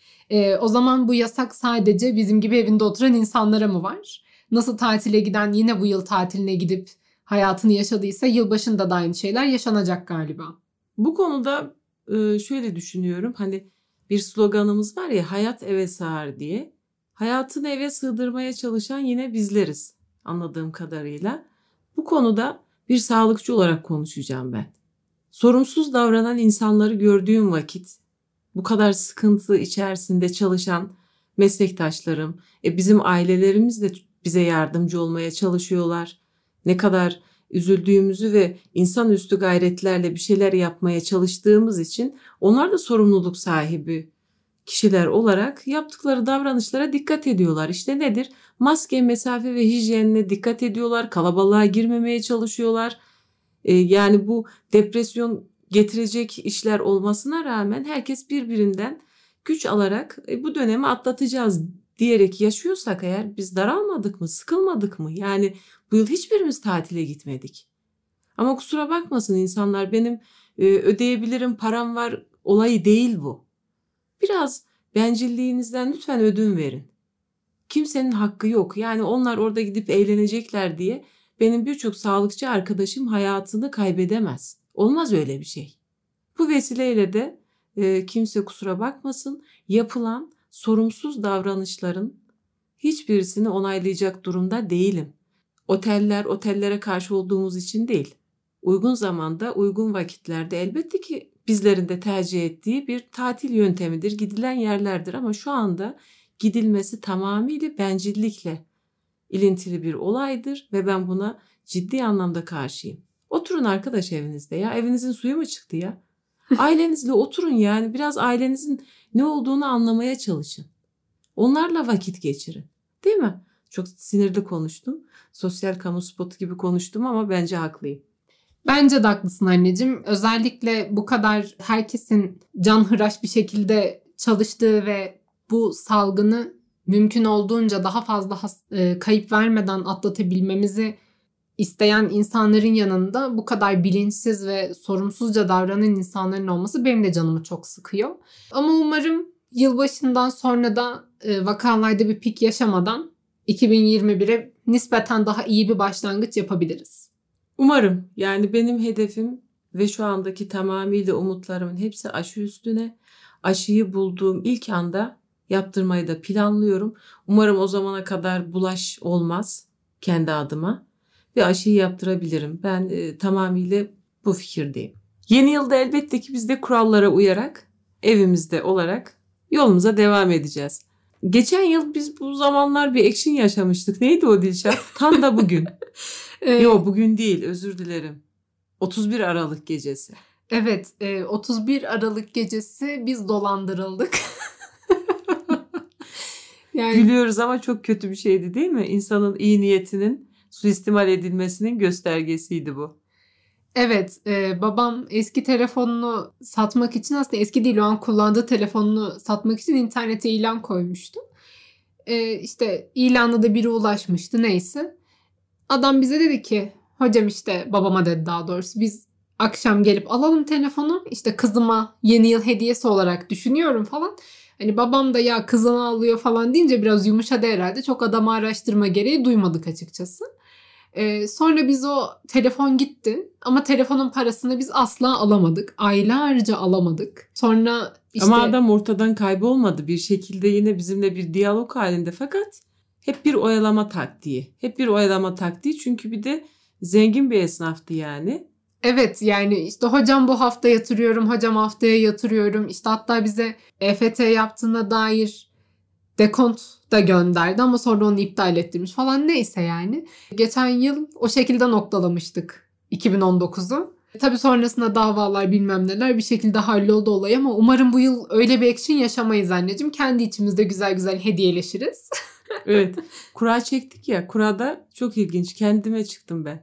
O zaman bu yasak sadece bizim gibi evinde oturan insanlara mı var? Nasıl tatile giden yine bu yıl tatiline gidip hayatını yaşadıysa yılbaşında da aynı şeyler yaşanacak galiba. Bu konuda şöyle düşünüyorum. Hani bir sloganımız var ya, hayat eve sığar diye. Hayatını eve sığdırmaya çalışan yine bizleriz anladığım kadarıyla. Bu konuda bir sağlıkçı olarak konuşacağım ben. Sorumsuz davranan insanları gördüğüm vakit, bu kadar sıkıntı içerisinde çalışan meslektaşlarım, bizim ailelerimiz de bize yardımcı olmaya çalışıyorlar. Ne kadar üzüldüğümüzü ve insanüstü gayretlerle bir şeyler yapmaya çalıştığımız için onlar da sorumluluk sahibi kişiler olarak yaptıkları davranışlara dikkat ediyorlar. İşte nedir? Maske, mesafe ve hijyenine dikkat ediyorlar. Kalabalığa girmemeye çalışıyorlar. Yani bu depresyon getirecek işler olmasına rağmen herkes birbirinden güç alarak bu dönemi atlatacağız diyerek yaşıyorsak eğer, biz daralmadık mı, sıkılmadık mı? Yani bu yıl hiçbirimiz tatile gitmedik. Ama kusura bakmasın insanlar, benim ödeyebilirim, param var olayı değil bu. Biraz bencilliğinizden lütfen ödün verin. Kimsenin hakkı yok. Yani onlar orada gidip eğlenecekler diye benim birçok sağlıkçı arkadaşım hayatını kaybedemez. Olmaz öyle bir şey. Bu vesileyle de kimse kusura bakmasın, yapılan sorumsuz davranışların hiçbirisini onaylayacak durumda değilim. Otellere karşı olduğumuz için değil. Uygun zamanda, uygun vakitlerde elbette ki bizlerin de tercih ettiği bir tatil yöntemidir, gidilen yerlerdir ama şu anda gidilmesi tamamıyla bencillikle ilintili bir olaydır ve ben buna ciddi anlamda karşıyım. Oturun arkadaş evinizde ya. Evinizin suyu mu çıktı ya? Ailenizle oturun yani. Biraz ailenizin ne olduğunu anlamaya çalışın. Onlarla vakit geçirin. Değil mi? Çok sinirli konuştum. Sosyal kamu spotu gibi konuştum ama bence haklıyım. Bence de haklısın anneciğim. Özellikle bu kadar herkesin canhıraş bir şekilde çalıştığı ve bu salgını mümkün olduğunca daha fazla kayıp vermeden atlatabilmemizi isteyen insanların yanında bu kadar bilinçsiz ve sorumsuzca davranan insanların olması benim de canımı çok sıkıyor. Ama umarım yılbaşından sonra da vakalarda bir pik yaşamadan 2021'e nispeten daha iyi bir başlangıç yapabiliriz. Umarım. Yani benim hedefim ve şu andaki tamamıyla umutlarımın hepsi aşı üstüne. Aşıyı bulduğum ilk anda yaptırmayı da planlıyorum. Umarım o zamana kadar bulaş olmaz kendi adıma ve aşıyı yaptırabilirim. Ben tamamıyla bu fikirdeyim. Yeni yılda elbette ki biz de kurallara uyarak, evimizde olarak yolumuza devam edeceğiz. Geçen yıl biz bu zamanlar bir action yaşamıştık. Neydi o Dilşat? Tam da bugün. Yok bugün değil, özür dilerim. 31 Aralık gecesi. Evet, 31 Aralık gecesi biz dolandırıldık. Yani... Gülüyoruz ama çok kötü bir şeydi değil mi? İnsanın iyi niyetinin suistimal edilmesinin göstergesiydi bu. Evet, babam eski telefonunu satmak için, aslında eski değil o an kullandığı telefonunu satmak için internete ilan koymuştu. İşte ilanla da biri ulaşmıştı neyse. Adam bize dedi ki, hocam işte babama dedi daha doğrusu, biz akşam gelip alalım telefonu, işte kızıma yeni yıl hediyesi olarak düşünüyorum falan. Hani babam da ya kızını alıyor falan deyince biraz yumuşadı herhalde. Çok adamı araştırma gereği duymadık açıkçası. Sonra biz o telefon gitti ama telefonun parasını biz asla alamadık. Aylarca alamadık. Sonra işte... Ama adam ortadan kaybolmadı. Bir şekilde yine bizimle bir diyalog halinde, fakat hep bir oyalama taktiği. Hep bir oyalama taktiği çünkü bir de zengin bir esnaftı yani. Evet, yani işte hocam bu hafta yatırıyorum, hocam haftaya yatırıyorum. İşte hatta bize EFT yaptığına dair dekont da gönderdi ama sonra onu iptal ettirmiş falan, neyse yani. Geçen yıl o şekilde noktalamıştık 2019'u. Tabii sonrasında davalar bilmem neler bir şekilde halloldu olay ama umarım bu yıl öyle bir action yaşamayız anneciğim. Kendi içimizde güzel güzel hediyeleşiriz. Evet. Kura çektik ya. Kurada çok ilginç. Kendime çıktım ben.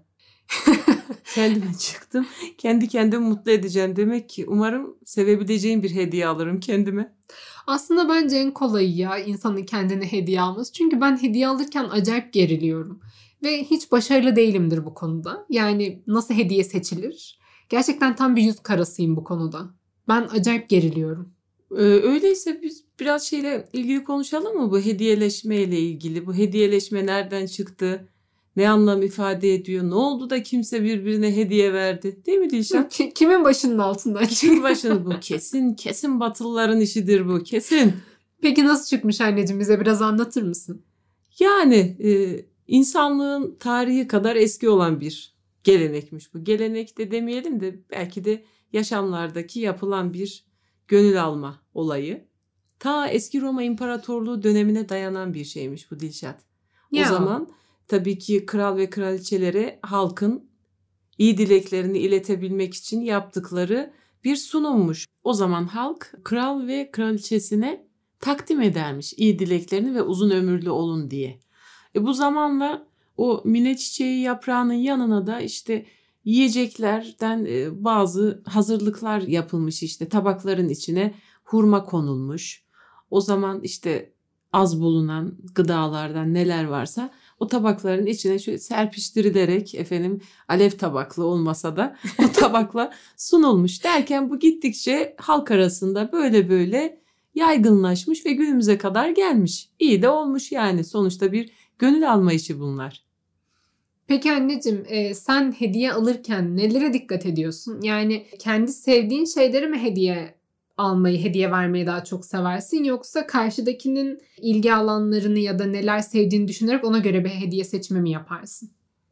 Kendime çıktım. Kendi kendimi mutlu edeceğim. Demek ki umarım sevebileceğim bir hediye alırım kendime. Aslında bence en kolayı ya insanın kendine hediye alması. Çünkü ben hediye alırken acayip geriliyorum. Ve hiç başarılı değilimdir bu konuda. Yani nasıl hediye seçilir? Gerçekten tam bir yüz karasıyım bu konuda. Ben acayip geriliyorum. Öyleyse biz biraz şeyle ilgili konuşalım mı? Bu hediyeleşme ile ilgili. Bu hediyeleşme nereden çıktı? Ne anlam ifade ediyor? Ne oldu da kimse birbirine hediye verdi? Değil mi Dilşat? Kimin başının altından? Kim başını bu? Kesin Batılıların işidir bu. Kesin. Peki nasıl çıkmış anneciğim? Bize biraz anlatır mısın? Yani insanlığın tarihi kadar eski olan bir gelenekmiş bu. Gelenek de demeyelim de belki de yaşamlardaki yapılan bir gönül alma olayı. Ta eski Roma İmparatorluğu dönemine dayanan bir şeymiş bu Dilşat. O zaman tabii ki kral ve kraliçelere halkın iyi dileklerini iletebilmek için yaptıkları bir sunummuş. O zaman halk kral ve kraliçesine takdim edermiş iyi dileklerini ve uzun ömürlü olun diye. Bu zamanla o mine çiçeği yaprağının yanına da işte yiyeceklerden bazı hazırlıklar yapılmış, işte tabakların içine hurma konulmuş. O zaman işte az bulunan gıdalardan neler varsa o tabakların içine şöyle serpiştirilerek alev tabaklı olmasa da o tabakla sunulmuş derken bu gittikçe halk arasında böyle yaygınlaşmış ve günümüze kadar gelmiş. İyi de olmuş yani, sonuçta bir gönül alma işi bunlar. Peki anneciğim sen hediye alırken nelere dikkat ediyorsun? Yani kendi sevdiğin şeyleri mi hediye vermeyi daha çok seversin? Yoksa karşıdakinin ilgi alanlarını ya da neler sevdiğini düşünerek ona göre bir hediye seçimi mi yaparsın?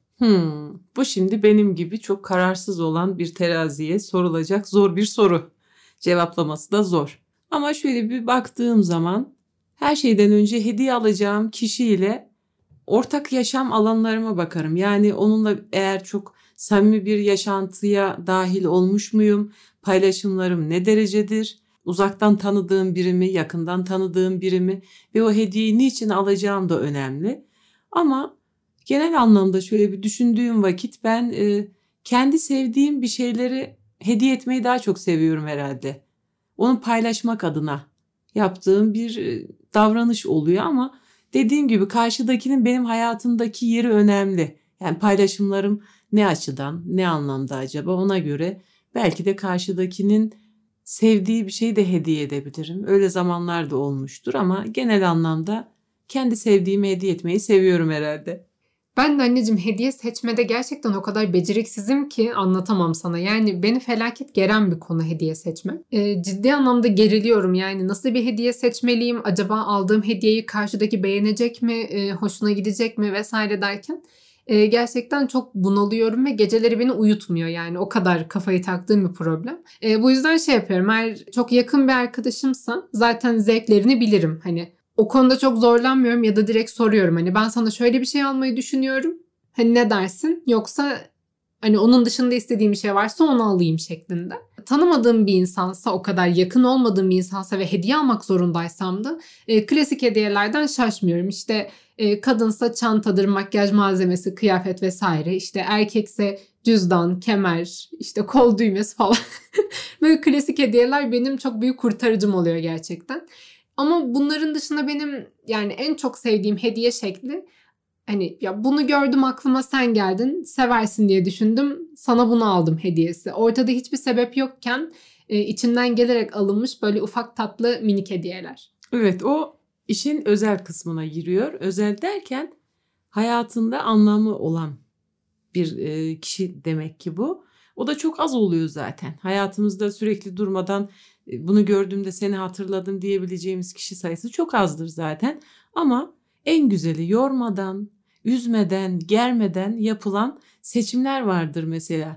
Bu şimdi benim gibi çok kararsız olan bir teraziye sorulacak zor bir soru. Cevaplaması da zor. Ama şöyle bir baktığım zaman her şeyden önce hediye alacağım kişiyle ortak yaşam alanlarıma bakarım. Yani onunla eğer çok samimi bir yaşantıya dahil olmuş muyum? Paylaşımlarım ne derecedir? Uzaktan tanıdığım biri mi, yakından tanıdığım biri mi? Ve o hediyeyi niçin alacağım da önemli. Ama genel anlamda şöyle bir düşündüğüm vakit ben kendi sevdiğim bir şeyleri hediye etmeyi daha çok seviyorum herhalde. Onu paylaşmak adına yaptığım bir davranış oluyor ama dediğim gibi karşıdakinin benim hayatımdaki yeri önemli. Yani paylaşımlarım ne açıdan, ne anlamda acaba, ona göre belki de karşıdakinin sevdiği bir şey de hediye edebilirim. Öyle zamanlar da olmuştur ama genel anlamda kendi sevdiğimi hediye etmeyi seviyorum herhalde. Ben de anneciğim hediye seçmede gerçekten o kadar beceriksizim ki anlatamam sana. Yani beni felaket geren bir konu hediye seçme. Ciddi anlamda geriliyorum. Yani nasıl bir hediye seçmeliyim? Acaba aldığım hediyeyi karşıdaki beğenecek mi? Hoşuna gidecek mi? Vesaire derken gerçekten çok bunalıyorum ve geceleri beni uyutmuyor. Yani o kadar kafayı taktığım bir problem. Bu yüzden şey yapıyorum. Eğer çok yakın bir arkadaşımsa zaten zevklerini bilirim. Hani o konuda çok zorlanmıyorum ya da direkt soruyorum. Hani ben sana şöyle bir şey almayı düşünüyorum. Hani ne dersin? Yoksa hani onun dışında istediğim bir şey varsa onu alayım şeklinde. Tanımadığım bir insansa, o kadar yakın olmadığım bir insansa ve hediye almak zorundaysam da klasik hediyelerden şaşmıyorum. İşte kadınsa çantadır, makyaj malzemesi, kıyafet vesaire. İşte erkekse cüzdan, kemer, işte kol düğmesi falan. Böyle klasik hediyeler benim çok büyük kurtarıcım oluyor gerçekten. Ama bunların dışında benim yani en çok sevdiğim hediye şekli, hani ya bunu gördüm aklıma sen geldin, seversin diye düşündüm, sana bunu aldım hediyesi. Ortada hiçbir sebep yokken içinden gelerek alınmış böyle ufak tatlı minik hediyeler. Evet, o işin özel kısmına giriyor. Özel derken hayatında anlamı olan bir kişi demek ki bu. O da çok az oluyor zaten. Hayatımızda sürekli durmadan bunu gördüğümde seni hatırladım diyebileceğimiz kişi sayısı çok azdır zaten. Ama en güzeli yormadan, üzmeden, germeden yapılan seçimler vardır mesela.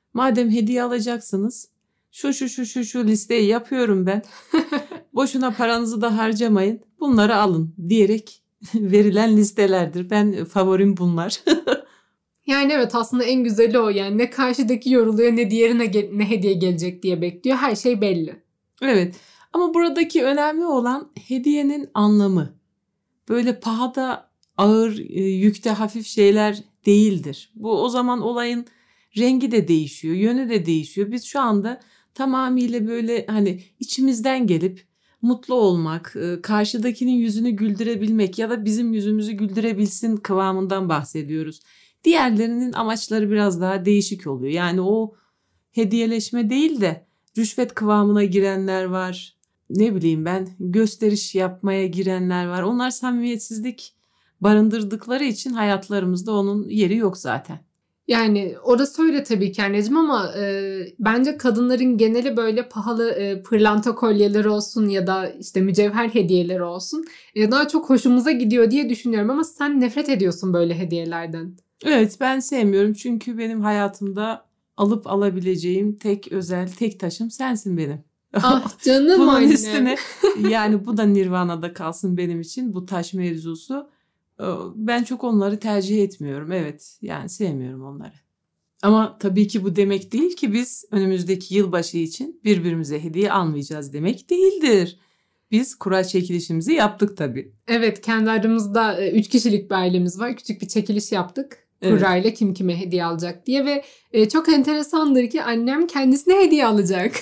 Madem hediye alacaksınız şu listeyi yapıyorum ben. Boşuna paranızı da harcamayın. Bunları alın diyerek verilen listelerdir. Ben favorim bunlar. Yani evet, aslında en güzeli o. Yani ne karşıdaki yoruluyor, ne diğerine ne hediye gelecek diye bekliyor. Her şey belli. Evet, ama buradaki önemli olan hediyenin anlamı. Böyle pahada ağır, yükte hafif şeyler değildir. Bu o zaman olayın rengi de değişiyor, yönü de değişiyor. Biz şu anda tamamıyla böyle hani içimizden gelip mutlu olmak, karşıdakinin yüzünü güldürebilmek ya da bizim yüzümüzü güldürebilsin kıvamından bahsediyoruz. Diğerlerinin amaçları biraz daha değişik oluyor. Yani o hediyeleşme değil de rüşvet kıvamına girenler var. Ne bileyim ben, gösteriş yapmaya girenler var. Onlar samimiyetsizlik barındırdıkları için hayatlarımızda onun yeri yok zaten. Yani orası öyle tabii ki anneciğim, ama bence kadınların geneli böyle pahalı pırlanta kolyeleri olsun ya da işte mücevher hediyeleri olsun daha çok hoşumuza gidiyor diye düşünüyorum, ama sen nefret ediyorsun böyle hediyelerden. Evet, ben sevmiyorum çünkü benim hayatımda alıp alabileceğim tek taşım sensin benim. Ah canım bunun annem. Üstüne yani bu da Nirvana'da kalsın benim için, bu taş mevzusu. Ben çok onları tercih etmiyorum. Evet, yani sevmiyorum onları. Ama tabii ki bu demek değil ki biz önümüzdeki yılbaşı için birbirimize hediye almayacağız demek değildir. Biz kura çekilişimizi yaptık tabii. Evet, kendi aramızda 3 kişilik bir ailemiz var. Küçük bir çekiliş yaptık. Kurayla evet. Kim kime hediye alacak diye ve çok enteresandır ki annem kendisine hediye alacak.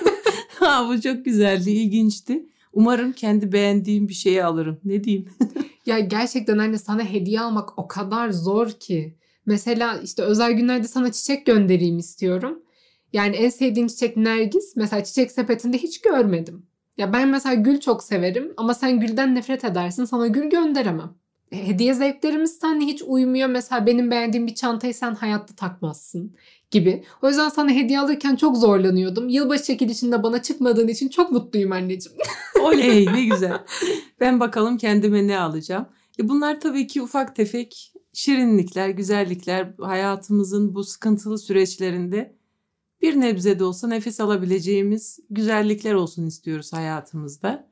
Bu çok güzeldi, ilginçti. Umarım kendi beğendiğim bir şeyi alırım. Ne diyeyim? Ya gerçekten anne, sana hediye almak o kadar zor ki. Mesela işte özel günlerde sana çiçek göndereyim istiyorum. Yani en sevdiğim çiçek nergis. Mesela çiçek sepetinde hiç görmedim. Ya ben mesela gül çok severim ama sen gülden nefret edersin. Sana gül gönderemem. Hediye zevklerimiz seninle hiç uymuyor. Mesela benim beğendiğim bir çantayı sen hayatta takmazsın gibi. O yüzden sana hediye alırken çok zorlanıyordum. Yılbaşı çekilişinde bana çıkmadığın için çok mutluyum anneciğim. Oley, ne güzel. Ben bakalım kendime ne alacağım. Bunlar tabii ki ufak tefek şirinlikler, güzellikler. Hayatımızın bu sıkıntılı süreçlerinde bir nebze de olsa nefes alabileceğimiz güzellikler olsun istiyoruz hayatımızda.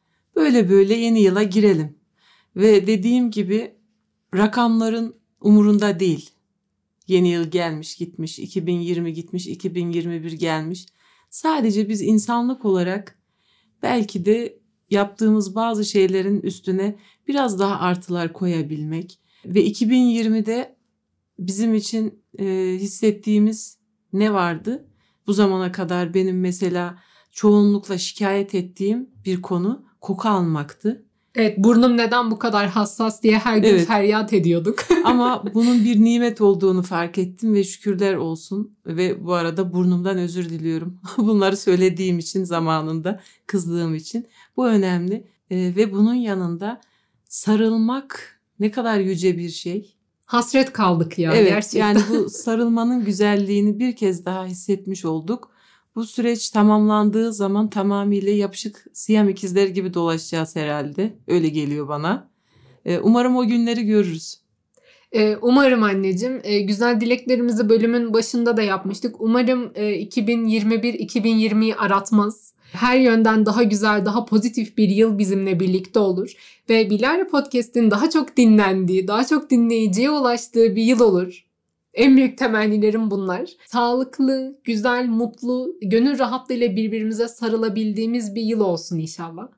Böyle yeni yıla girelim. Ve dediğim gibi rakamların umurunda değil. Yeni yıl gelmiş gitmiş, 2020 gitmiş, 2021 gelmiş. Sadece biz insanlık olarak belki de yaptığımız bazı şeylerin üstüne biraz daha artılar koyabilmek. Ve 2020'de bizim için hissettiğimiz ne vardı? Bu zamana kadar benim mesela çoğunlukla şikayet ettiğim bir konu koku almaktı. Evet, burnum neden bu kadar hassas diye her gün feryat ediyorduk. Ama bunun bir nimet olduğunu fark ettim ve şükürler olsun. Ve bu arada burnumdan özür diliyorum. Bunları söylediğim için, zamanında kızdığım için. Bu önemli. Ve bunun yanında sarılmak ne kadar yüce bir şey. Hasret kaldık ya, evet, gerçekten. Yani bu sarılmanın güzelliğini bir kez daha hissetmiş olduk. Bu süreç tamamlandığı zaman tamamıyla yapışık Siyam ikizler gibi dolaşacağız herhalde. Öyle geliyor bana. Umarım o günleri görürüz. Umarım anneciğim. Güzel dileklerimizi bölümün başında da yapmıştık. Umarım 2021 2020'yi aratmaz. Her yönden daha güzel, daha pozitif bir yıl bizimle birlikte olur. Ve Bilal'le Podcast'in daha çok dinlendiği, daha çok dinleyiciye ulaştığı bir yıl olur. En büyük temennilerim bunlar. Sağlıklı, güzel, mutlu, gönül rahatlığıyla birbirimize sarılabildiğimiz bir yıl olsun inşallah.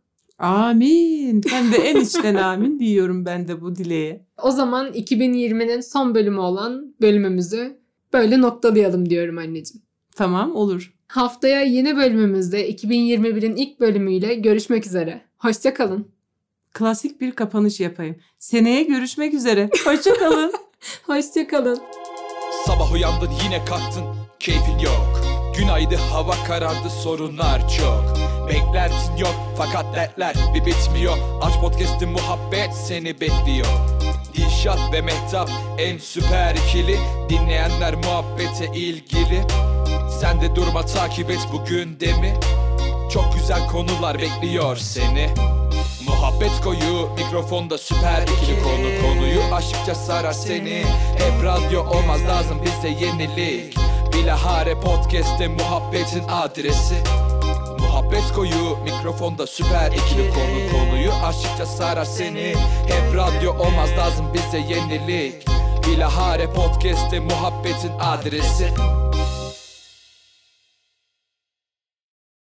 Amin. Ben de en içten amin diyorum ben de bu dileğe. O zaman 2020'nin son bölümü olan bölümümüzü böyle noktalayalım diyorum anneciğim. Tamam, olur. Haftaya yeni bölümümüzde 2021'in ilk bölümüyle görüşmek üzere. Hoşça kalın. Klasik bir kapanış yapayım. Seneye görüşmek üzere. Hoşça kalın. Hoşça kalın. Sabah uyandın yine kalktın, keyfin yok. Günaydın, hava karardı, sorunlar çok. Beklentin yok fakat dertler bir bitmiyor. Aç podcast'in, muhabbet seni bekliyor. Dilşat ve Mehtap en süper ikili. Dinleyenler muhabbete ilgili. Sen de durma, takip et bu gündemi. Çok güzel konular bekliyor seni. Muhabbet koyu, mikrofonda süper ikili konuyu aşıkça sarar seni. Hep radyo olmaz, lazım bize yenilik. Bilahare Podcast'te muhabbetin adresi. Muhabbet koyu mikrofonda süper ikili konuyu aşıkça sarar seni. Hep radyo olmaz lazım bize yenilik. Bilahare Podcast'te muhabbetin adresi.